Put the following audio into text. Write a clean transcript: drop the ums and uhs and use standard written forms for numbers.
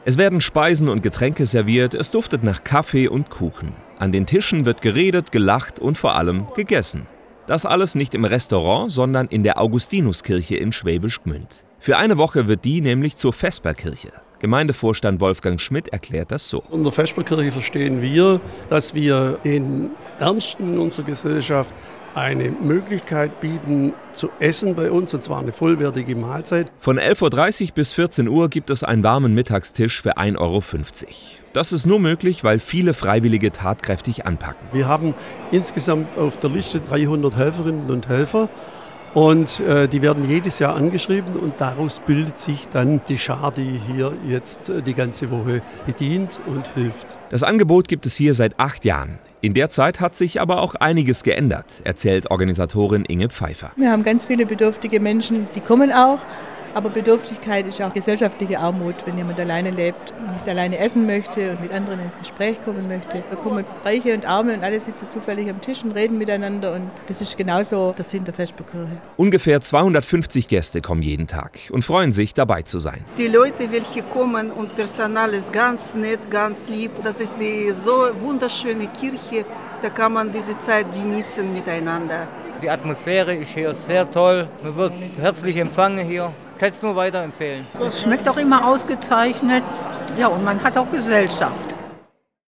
Es werden Speisen und Getränke serviert, es duftet nach Kaffee und Kuchen. An den Tischen wird geredet, gelacht und vor allem gegessen. Das alles nicht im Restaurant, sondern in der Augustinuskirche in Schwäbisch Gmünd. Für eine Woche wird die nämlich zur Vesperkirche. Gemeindevorstand Wolfgang Schmidt erklärt das so. Unter Vesperkirche verstehen wir, dass wir den Ärmsten in unserer Gesellschaft eine Möglichkeit bieten, zu essen bei uns, und zwar eine vollwertige Mahlzeit. Von 11.30 Uhr bis 14 Uhr gibt es einen warmen Mittagstisch für 1,50 €. Das ist nur möglich, weil viele Freiwillige tatkräftig anpacken. Wir haben insgesamt auf der Liste 300 Helferinnen und Helfer. Und die werden jedes Jahr angeschrieben und daraus bildet sich dann die Schar, die hier jetzt die ganze Woche bedient und hilft. Das Angebot gibt es hier seit 8 Jahren. In der Zeit hat sich aber auch einiges geändert, erzählt Organisatorin Inge Pfeiffer. Wir haben ganz viele bedürftige Menschen, die kommen auch. Aber Bedürftigkeit ist auch gesellschaftliche Armut, wenn jemand alleine lebt und nicht alleine essen möchte und mit anderen ins Gespräch kommen möchte. Da kommen Reiche und Arme und alle sitzen zufällig am Tisch und reden miteinander und das ist genauso der Sinn der Vesperkirche. Ungefähr 250 Gäste kommen jeden Tag und freuen sich, dabei zu sein. Die Leute, welche kommen und Personal ist ganz nett, ganz lieb. Das ist die so wunderschöne Kirche, da kann man diese Zeit genießen miteinander. Die Atmosphäre ist hier sehr toll, man wird herzlich empfangen hier. Ich kann es nur weiterempfehlen. Es schmeckt auch immer ausgezeichnet, ja, und man hat auch Gesellschaft.